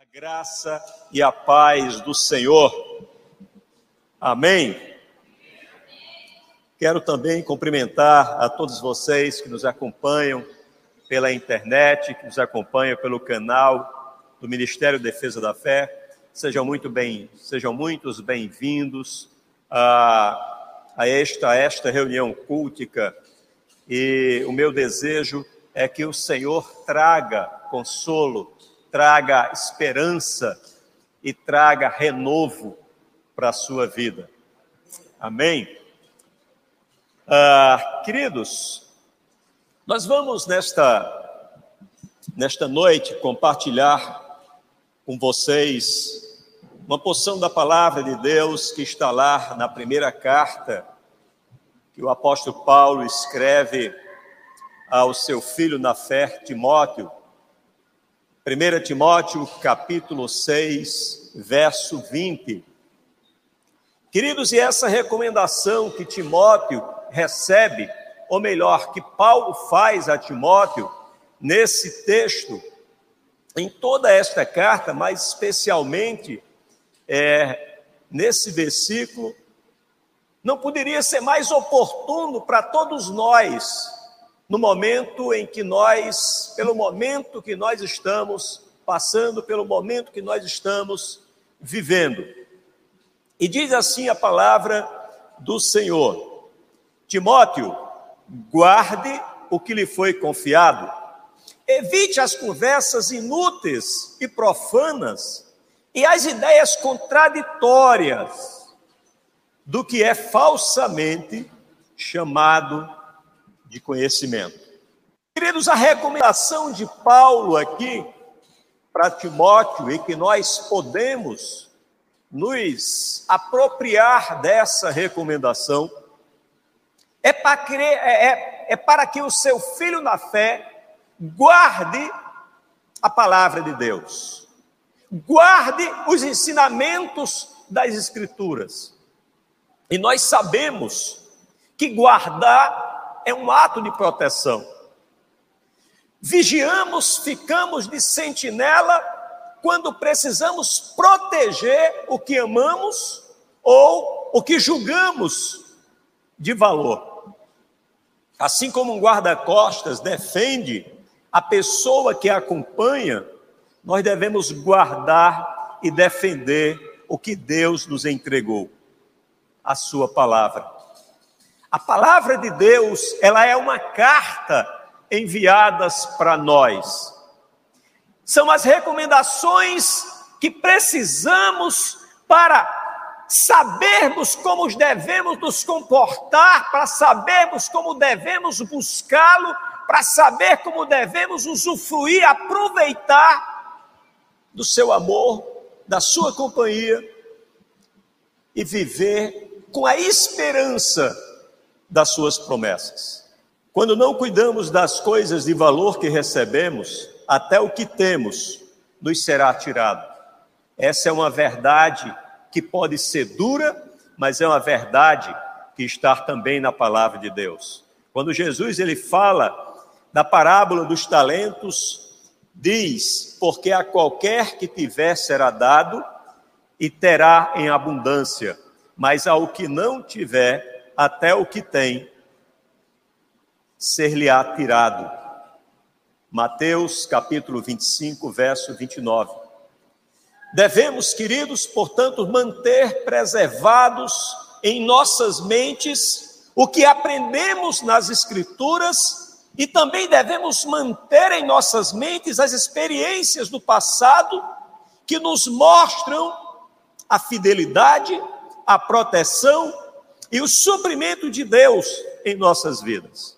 Graça e a paz do Senhor. Amém. Quero também cumprimentar a todos vocês que nos acompanham pela internet, que nos acompanham pelo canal do Ministério Defesa da Fé. Sejam muitos bem-vindos a esta reunião cultica. E o meu desejo é que o Senhor traga consolo, traga esperança e traga renovo para a sua vida. Amém? Queridos, nós vamos nesta noite compartilhar com vocês uma porção da palavra de Deus que está lá na primeira carta que o apóstolo Paulo escreve ao seu filho na fé, Timóteo. 1 Timóteo, capítulo 6, verso 20. Queridos, e essa recomendação que Timóteo recebe, ou melhor, que Paulo faz a Timóteo, nesse texto, em toda esta carta, mas especialmente nesse versículo, não poderia ser mais oportuno para todos nós, no momento em que pelo momento que nós estamos passando, pelo momento que nós estamos vivendo. E diz assim a palavra do Senhor: Timóteo, guarde o que lhe foi confiado, evite as conversas inúteis e profanas e as ideias contraditórias do que é falsamente chamado de conhecimento. Queridos, a recomendação de Paulo aqui para Timóteo, e que nós podemos nos apropriar dessa recomendação, é para que o seu filho na fé guarde a palavra de Deus, guarde os ensinamentos das Escrituras. E nós sabemos que guardar é um ato de proteção. Vigiamos, ficamos de sentinela quando precisamos proteger o que amamos ou o que julgamos de valor. Assim como um guarda-costas defende a pessoa que a acompanha, nós devemos guardar e defender o que Deus nos entregou, a sua palavra. A palavra de Deus, ela é uma carta enviada para nós. São as recomendações que precisamos para sabermos como devemos nos comportar, para sabermos como devemos buscá-lo, para saber como devemos usufruir, aproveitar do seu amor, da sua companhia e viver com a esperança das suas promessas. Quando não cuidamos das coisas de valor que recebemos, até o que temos nos será tirado. Essa é uma verdade que pode ser dura, mas é uma verdade que está também na palavra de Deus. Quando Jesus ele fala da parábola dos talentos, diz: porque a qualquer que tiver será dado e terá em abundância, mas ao que não tiver, até o que tem, ser-lhe-á tirado. Mateus capítulo 25, verso 29. Devemos, queridos, portanto, manter preservados em nossas mentes o que aprendemos nas Escrituras e também devemos manter em nossas mentes as experiências do passado que nos mostram a fidelidade, a proteção e o suprimento de Deus em nossas vidas.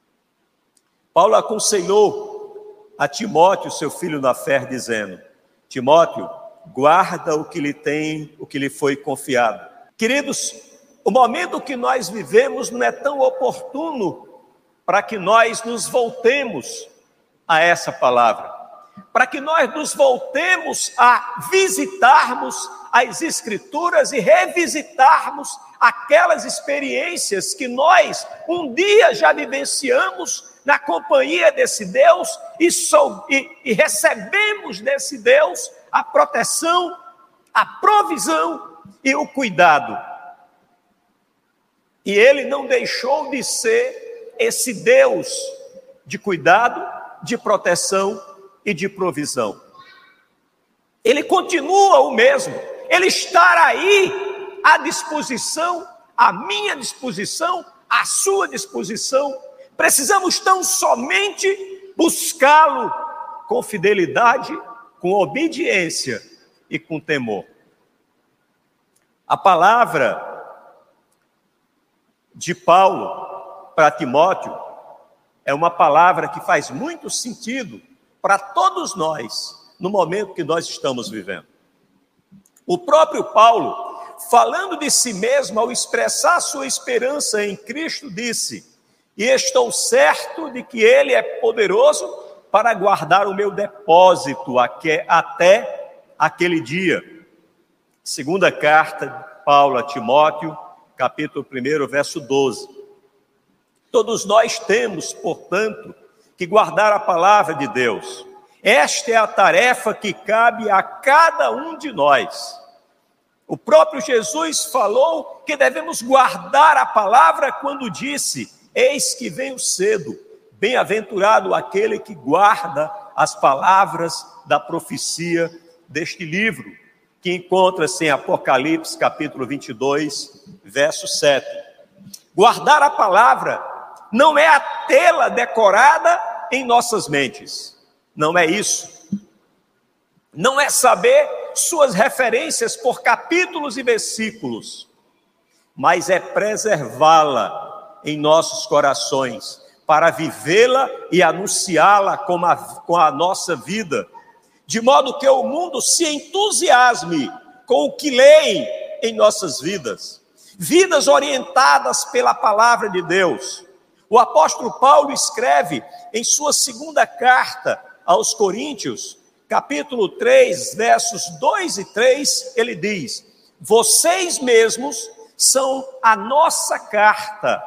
Paulo aconselhou a Timóteo, seu filho na fé, dizendo: Timóteo, guarda o que lhe foi confiado. Queridos, o momento que nós vivemos não é tão oportuno para que nós nos voltemos a essa palavra, para que nós nos voltemos a visitarmos as Escrituras e revisitarmos aquelas experiências que nós um dia já vivenciamos na companhia desse Deus e recebemos desse Deus a proteção, a provisão e o cuidado. E ele não deixou de ser esse Deus de cuidado, de proteção e de provisão. Ele continua o mesmo. Ele está aí à disposição, à minha disposição, à sua disposição. Precisamos tão somente buscá-lo com fidelidade, com obediência e com temor. A palavra de Paulo para Timóteo é uma palavra que faz muito sentido para todos nós, no momento que nós estamos vivendo. O próprio Paulo, falando de si mesmo, ao expressar sua esperança em Cristo, disse: e estou certo de que Ele é poderoso para guardar o meu depósito até aquele dia. Segunda carta de Paulo a Timóteo, capítulo 1, verso 12. Todos nós temos, portanto, que guardar a palavra de Deus. Esta é a tarefa que cabe a cada um de nós. O próprio Jesus falou que devemos guardar a palavra quando disse: eis que venho cedo, bem-aventurado aquele que guarda as palavras da profecia deste livro, que encontra-se em Apocalipse, capítulo 22, verso 7. Guardar a palavra não é a tê-la decorada em nossas mentes. Não é isso. Não é saber suas referências por capítulos e versículos, mas é preservá-la em nossos corações, para vivê-la e anunciá-la com a nossa vida, de modo que o mundo se entusiasme com o que leem em nossas vidas. Vidas orientadas pela palavra de Deus. O apóstolo Paulo escreve em sua segunda carta aos Coríntios, capítulo 3, versos 2 e 3, ele diz: vocês mesmos são a nossa carta,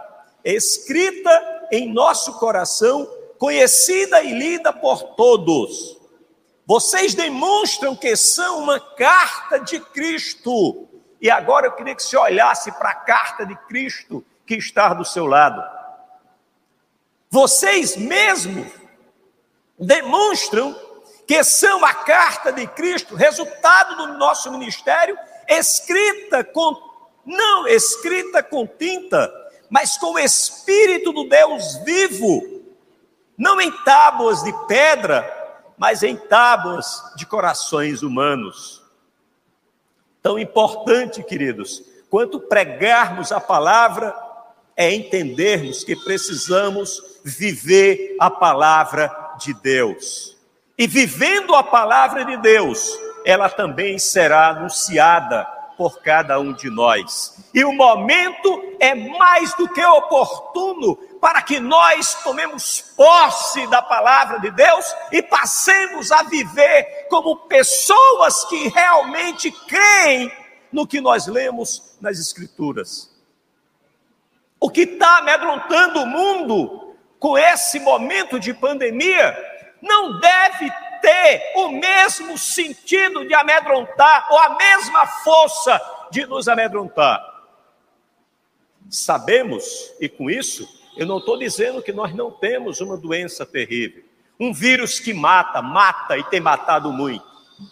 escrita em nosso coração, conhecida e lida por todos. Vocês demonstram que são uma carta de Cristo. E agora eu queria que você olhasse para a carta de Cristo que está do seu lado. Vocês mesmos demonstram que são a carta de Cristo, resultado do nosso ministério, não escrita com tinta, mas com o Espírito do Deus vivo, não em tábuas de pedra, mas em tábuas de corações humanos. Tão importante, queridos, quanto pregarmos a palavra, é entendermos que precisamos viver a palavra de Deus. E vivendo a palavra de Deus, ela também será anunciada por cada um de nós. E o momento é mais do que oportuno para que nós tomemos posse da palavra de Deus e passemos a viver como pessoas que realmente creem no que nós lemos nas Escrituras. O que está amedrontando o mundo com esse momento de pandemia não deve ter o mesmo sentido de amedrontar ou a mesma força de nos amedrontar. Sabemos, e com isso, eu não estou dizendo que nós não temos uma doença terrível, um vírus que mata e tem matado muito.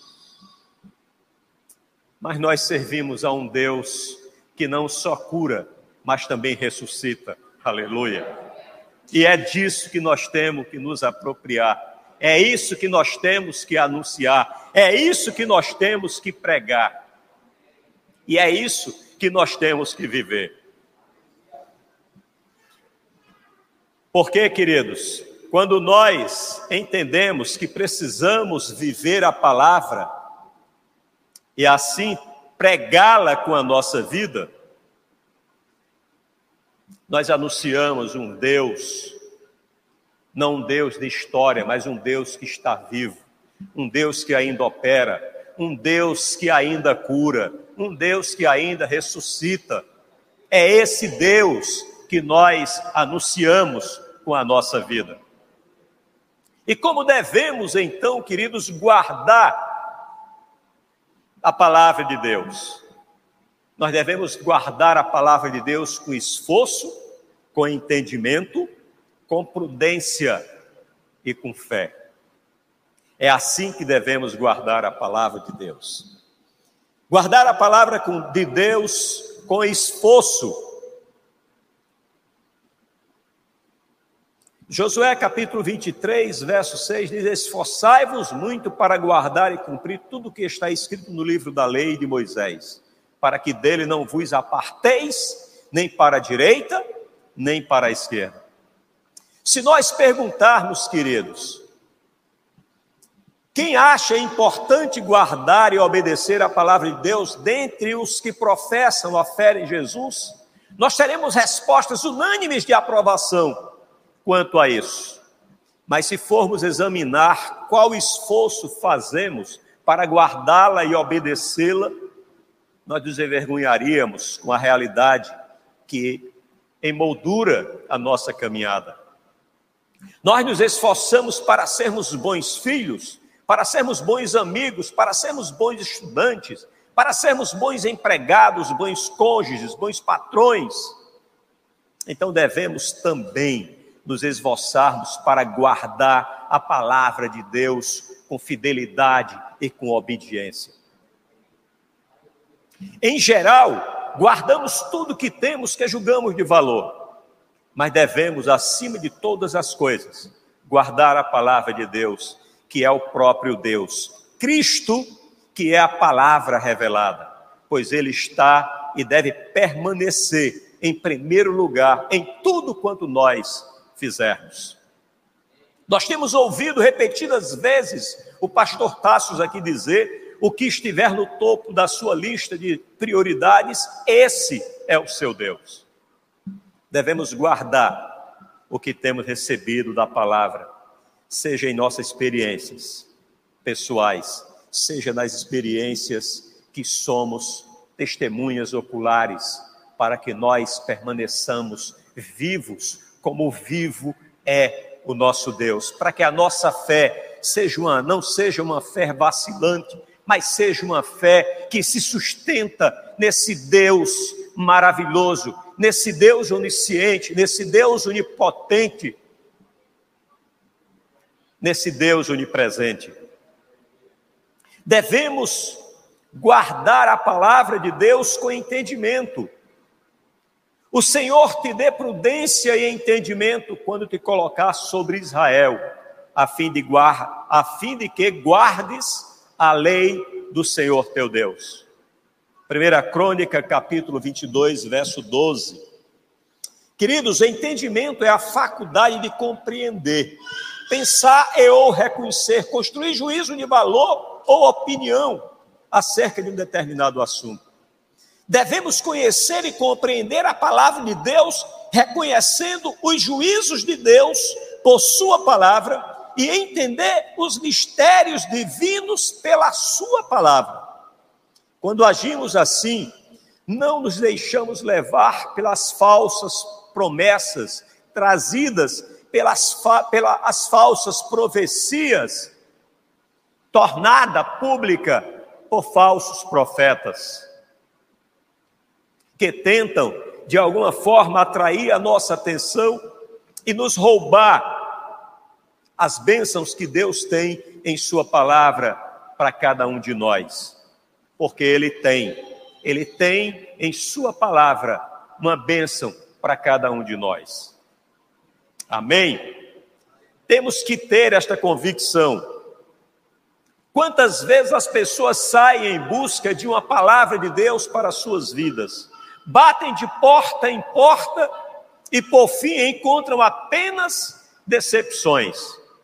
Mas nós servimos a um Deus que não só cura, mas também ressuscita. Aleluia! E é disso que nós temos que nos apropriar. É isso que nós temos que anunciar. É isso que nós temos que pregar. E é isso que nós temos que viver. Porque, queridos, quando nós entendemos que precisamos viver a palavra e assim pregá-la com a nossa vida, nós anunciamos um Deus, não um Deus de história, mas um Deus que está vivo, um Deus que ainda opera, um Deus que ainda cura, um Deus que ainda ressuscita. É esse Deus que nós anunciamos com a nossa vida. E como devemos então, queridos, guardar a palavra de Deus. Nós devemos guardar a palavra de Deus com esforço, com entendimento, com prudência e com fé. É assim que devemos guardar a palavra de Deus. Guardar a palavra de Deus com esforço. Josué capítulo 23, verso 6 diz: esforçai-vos muito para guardar e cumprir tudo o que está escrito no livro da lei de Moisés, para que dele não vos aparteis, nem para a direita, nem para a esquerda. Se nós perguntarmos, queridos, quem acha importante guardar e obedecer a palavra de Deus dentre os que professam a fé em Jesus, nós teremos respostas unânimes de aprovação quanto a isso. Mas se formos examinar qual esforço fazemos para guardá-la e obedecê-la, nós nos envergonharíamos com a realidade que emoldura a nossa caminhada. Nós nos esforçamos para sermos bons filhos, para sermos bons amigos, para sermos bons estudantes, para sermos bons empregados, bons cônjuges, bons patrões. Então devemos também nos esforçarmos para guardar a palavra de Deus com fidelidade e com obediência. Em geral, guardamos tudo que temos que julgamos de valor, mas devemos, acima de todas as coisas, guardar a palavra de Deus, que é o próprio Deus, Cristo, que é a palavra revelada, pois Ele está e deve permanecer em primeiro lugar em tudo quanto nós fizermos. Nós temos ouvido repetidas vezes o pastor Tasso aqui dizer: o que estiver no topo da sua lista de prioridades, esse é o seu Deus. Devemos guardar o que temos recebido da palavra, seja em nossas experiências pessoais, seja nas experiências que somos testemunhas oculares, para que nós permaneçamos vivos, como vivo é o nosso Deus, para que a nossa fé não seja uma fé vacilante, mas seja uma fé que se sustenta nesse Deus maravilhoso, nesse Deus onisciente, nesse Deus onipotente, nesse Deus onipresente. Devemos guardar a palavra de Deus com entendimento. O Senhor te dê prudência e entendimento quando te colocar sobre Israel, a fim de que guardes a lei do Senhor teu Deus. 1 Crônica, capítulo 22, verso 12. Queridos, o entendimento é a faculdade de compreender, pensar ou reconhecer, construir juízo de valor ou opinião acerca de um determinado assunto. Devemos conhecer e compreender a palavra de Deus, reconhecendo os juízos de Deus por sua palavra e entender os mistérios divinos pela sua palavra. Quando agimos assim, não nos deixamos levar pelas falsas promessas trazidas pelas falsas profecias, tornada pública por falsos profetas, que tentam, de alguma forma, atrair a nossa atenção e nos roubar as bênçãos que Deus tem em sua palavra para cada um de nós. Porque Ele tem em sua palavra uma bênção para cada um de nós. Amém? Temos que ter esta convicção. Quantas vezes as pessoas saem em busca de uma palavra de Deus para as suas vidas, batem de porta em porta e por fim encontram apenas decepções.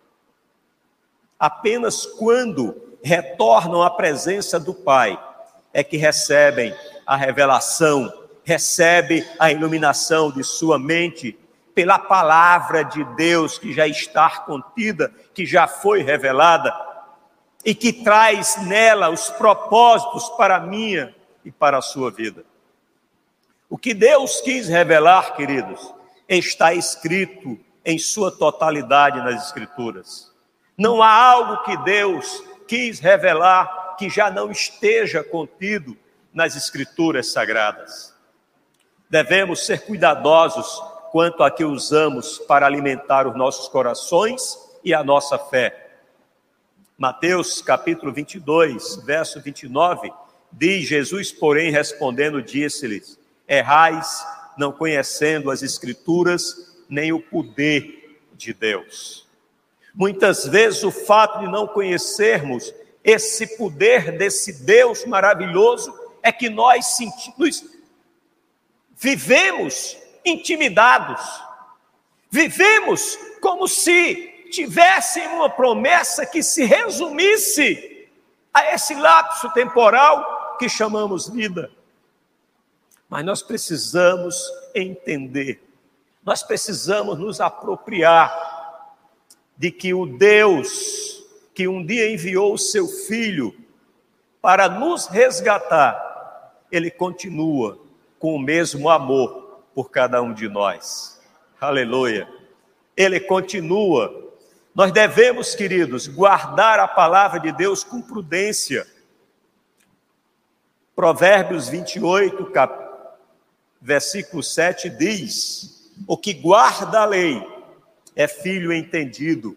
Apenas quando retornam à presença do Pai é que recebem a revelação, recebem a iluminação de sua mente pela palavra de Deus que já está contida, que já foi revelada e que traz nela os propósitos para a minha e para a sua vida. O que Deus quis revelar, queridos, está escrito em sua totalidade nas Escrituras. Não há algo que Deus quis revelar que já não esteja contido nas Escrituras Sagradas. Devemos ser cuidadosos quanto a que usamos para alimentar os nossos corações e a nossa fé. Mateus capítulo 22, verso 29, diz: Jesus, porém, respondendo, disse-lhes: errais, não conhecendo as Escrituras, nem o poder de Deus. Muitas vezes o fato de não conhecermos esse poder desse Deus maravilhoso é que nós vivemos intimidados, vivemos como se tivessem uma promessa que se resumisse a esse lapso temporal que chamamos vida. Mas nós precisamos entender, nós precisamos nos apropriar de que o Deus que um dia enviou o seu Filho para nos resgatar, Ele continua com o mesmo amor por cada um de nós. Aleluia! Ele continua. Nós devemos, queridos, guardar a palavra de Deus com prudência. Provérbios 28, versículo 7 diz: o que guarda a lei é filho entendido.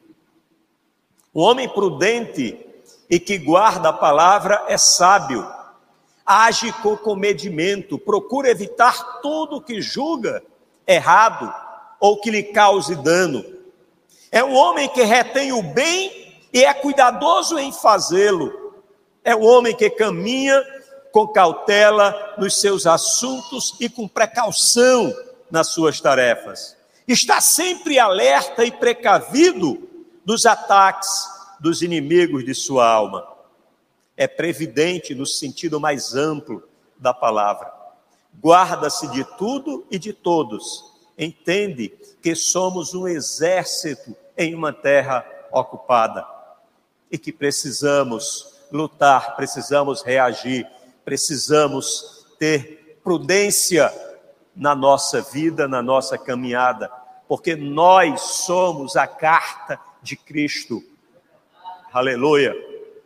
O homem prudente e que guarda a palavra é sábio. Age com comedimento, procura evitar tudo que julga errado ou que lhe cause dano. É um homem que retém o bem e é cuidadoso em fazê-lo. É um homem que caminha com cautela nos seus assuntos e com precaução nas suas tarefas. Está sempre alerta e precavido dos ataques dos inimigos de sua alma. É previdente no sentido mais amplo da palavra. Guarda-se de tudo e de todos. Entende que somos um exército em uma terra ocupada e que precisamos lutar, precisamos reagir, precisamos ter prudência na nossa vida, na nossa caminhada, porque nós somos a carta de Cristo. Aleluia!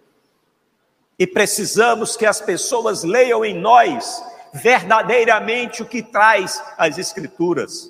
E precisamos que as pessoas leiam em nós verdadeiramente o que traz as Escrituras.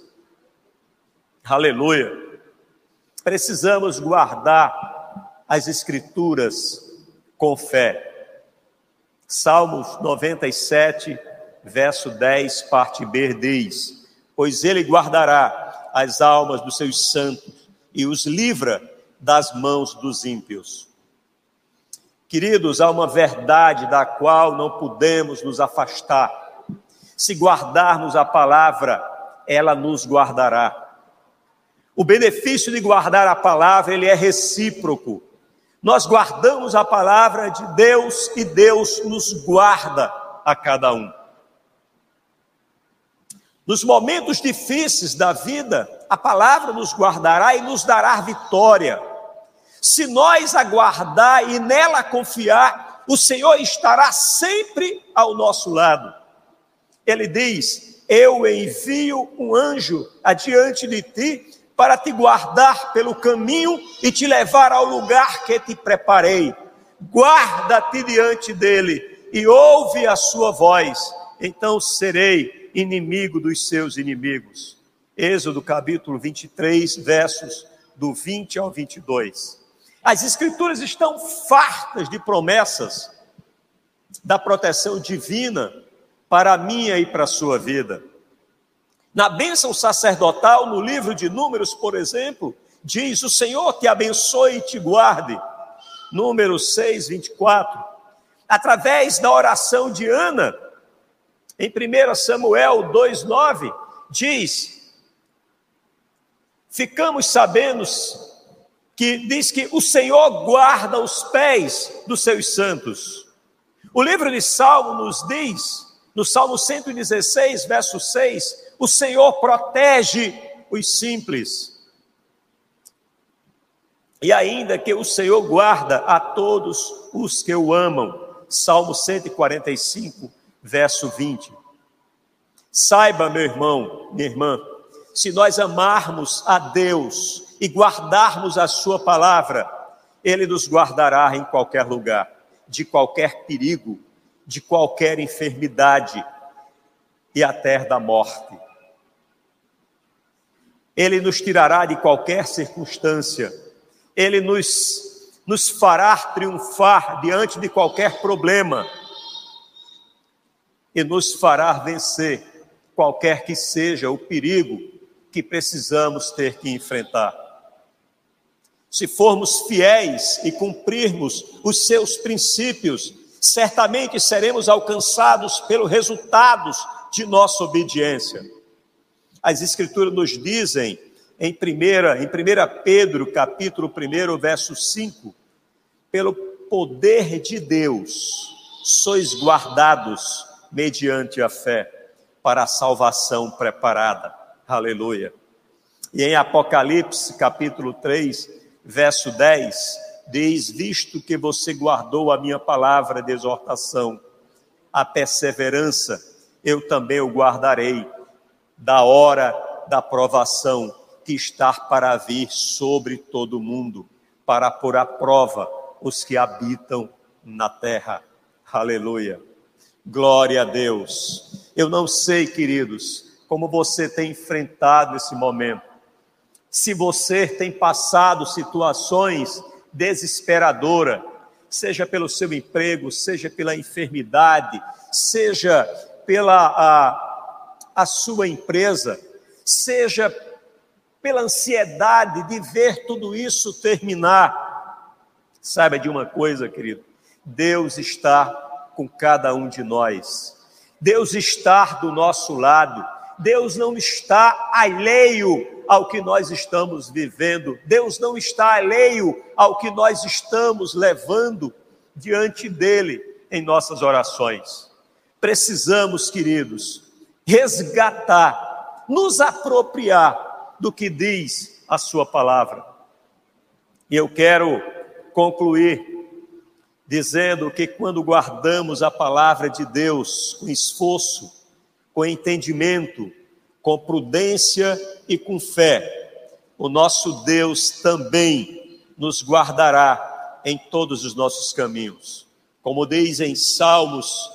Aleluia! Precisamos guardar as Escrituras com fé. Salmos 97, verso 10, parte B, diz: pois ele guardará as almas dos seus santos e os livra das mãos dos ímpios. Queridos, há uma verdade da qual não podemos nos afastar. Se guardarmos a palavra, ela nos guardará. O benefício de guardar a palavra, ele é recíproco. Nós guardamos a palavra de Deus e Deus nos guarda a cada um. Nos momentos difíceis da vida, a palavra nos guardará e nos dará vitória. Se nós aguardar e nela confiar, o Senhor estará sempre ao nosso lado. Ele diz: eu envio um anjo adiante de ti para te guardar pelo caminho e te levar ao lugar que te preparei. Guarda-te diante dele e ouve a sua voz, então serei inimigo dos seus inimigos. Êxodo capítulo 23, versos do 20 ao 22. As Escrituras estão fartas de promessas da proteção divina para a minha e para a sua vida. Na bênção sacerdotal, no livro de Números, por exemplo, diz: o Senhor te abençoe e te guarde. Números 6, 24. Através da oração de Ana, em 1 Samuel 2, 9, diz: ficamos sabendo diz que o Senhor guarda os pés dos seus santos. O livro de Salmo nos diz, no Salmo 116, verso 6, o Senhor protege os simples. E ainda que o Senhor guarda a todos os que o amam. Salmo 145, verso 20. Saiba, meu irmão, minha irmã, se nós amarmos a Deus e guardarmos a sua palavra, Ele nos guardará em qualquer lugar. de qualquer perigo, de qualquer enfermidade e até da morte. Ele nos tirará de qualquer circunstância, Ele nos fará triunfar diante de qualquer problema e nos fará vencer qualquer que seja o perigo que precisamos ter que enfrentar. Se formos fiéis e cumprirmos os seus princípios, certamente seremos alcançados pelos resultados de nossa obediência. As Escrituras nos dizem, em 1 Pedro, capítulo 1, verso 5, pelo poder de Deus, sois guardados mediante a fé, para a salvação preparada. Aleluia. E em Apocalipse, capítulo 3, verso 10, diz: visto que você guardou a minha palavra de exortação, a perseverança, eu também o guardarei da hora da provação que está para vir sobre todo o mundo, para pôr à prova os que habitam na terra. Aleluia. Glória a Deus. Eu não sei, queridos, como você tem enfrentado esse momento. Se você tem passado situações desesperadoras, seja pelo seu emprego, seja pela enfermidade, seja pela a sua empresa, seja pela ansiedade de ver tudo isso terminar, saiba de uma coisa, querido: Deus está com cada um de nós. Deus está do nosso lado. Deus não está alheio ao que nós estamos vivendo. Deus não está alheio ao que nós estamos levando diante dele em nossas orações. Precisamos, queridos, resgatar, nos apropriar do que diz a sua palavra. E eu quero concluir dizendo que quando guardamos a palavra de Deus com esforço, com entendimento, com prudência e com fé, o nosso Deus também nos guardará em todos os nossos caminhos. Como diz em Salmos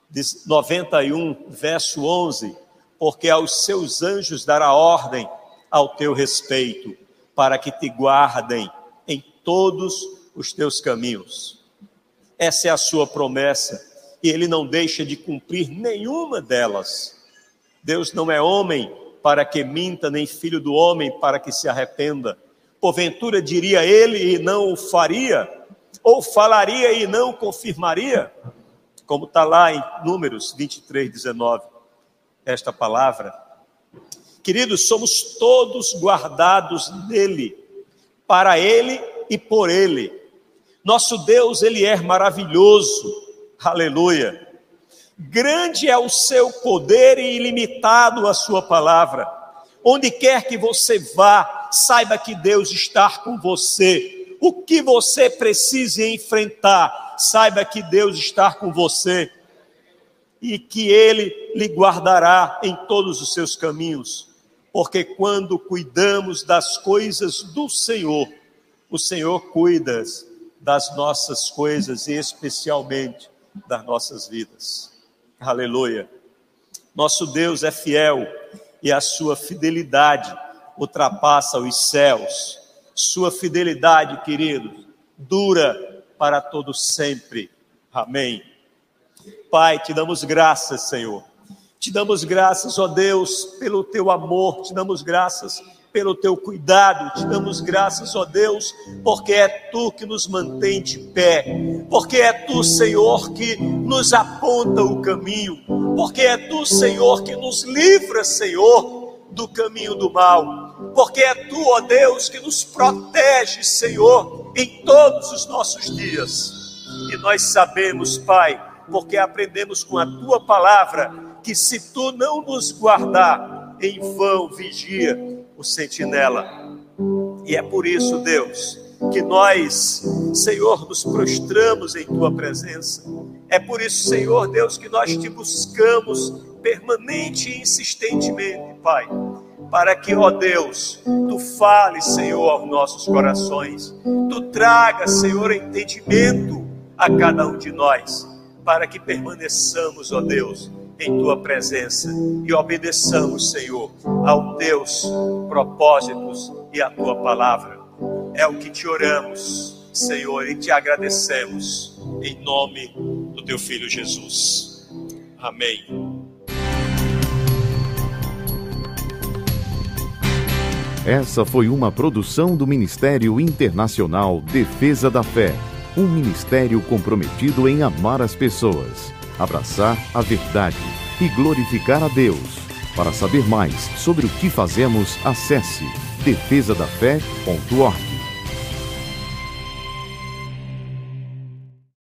91, verso 11, porque aos seus anjos dará ordem ao teu respeito, para que te guardem em todos os teus caminhos. Essa é a sua promessa, e ele não deixa de cumprir nenhuma delas. Deus não é homem para que minta, nem filho do homem para que se arrependa. Porventura diria ele e não o faria, ou falaria e não confirmaria, como está lá em Números 23, 19, esta palavra. Queridos, somos todos guardados nele, para ele e por ele. Nosso Deus, ele é maravilhoso, aleluia. Grande é o seu poder e ilimitado a sua palavra. Onde quer que você vá, saiba que Deus está com você. O que você precise enfrentar, saiba que Deus está com você. E que ele lhe guardará em todos os seus caminhos. Porque quando cuidamos das coisas do Senhor, o Senhor cuida das nossas coisas e especialmente das nossas vidas. Aleluia. Nosso Deus é fiel e a sua fidelidade ultrapassa os céus. Sua fidelidade, queridos, dura para todo sempre. Amém. Pai, te damos graças, Senhor. Te damos graças, ó Deus, pelo teu amor. Te damos graças pelo teu cuidado, te damos graças, ó Deus, porque é tu que nos mantém de pé, porque é tu, Senhor, que nos aponta o caminho, porque é tu, Senhor, que nos livra, Senhor, do caminho do mal, porque é tu, ó Deus, que nos protege, Senhor, em todos os nossos dias. E nós sabemos, Pai, porque aprendemos com a tua palavra, que se tu não nos guardar, em vão vigia o sentinela. E é por isso, Deus, que nós, Senhor, nos prostramos em tua presença. É por isso, Senhor Deus, que nós te buscamos permanente e insistentemente, Pai, para que, ó Deus, tu fales, Senhor, aos nossos corações, tu traga, Senhor, entendimento a cada um de nós, para que permaneçamos, ó Deus, em Tua presença e obedeçamos, Senhor, aos Teus propósitos e à Tua palavra. É o que te oramos, Senhor, e te agradecemos, em nome do Teu Filho Jesus. Amém. Essa foi uma produção do Ministério Internacional Defesa da Fé, um ministério comprometido em amar as pessoas, abraçar a verdade e glorificar a Deus. Para saber mais sobre o que fazemos, acesse defesadafé.org.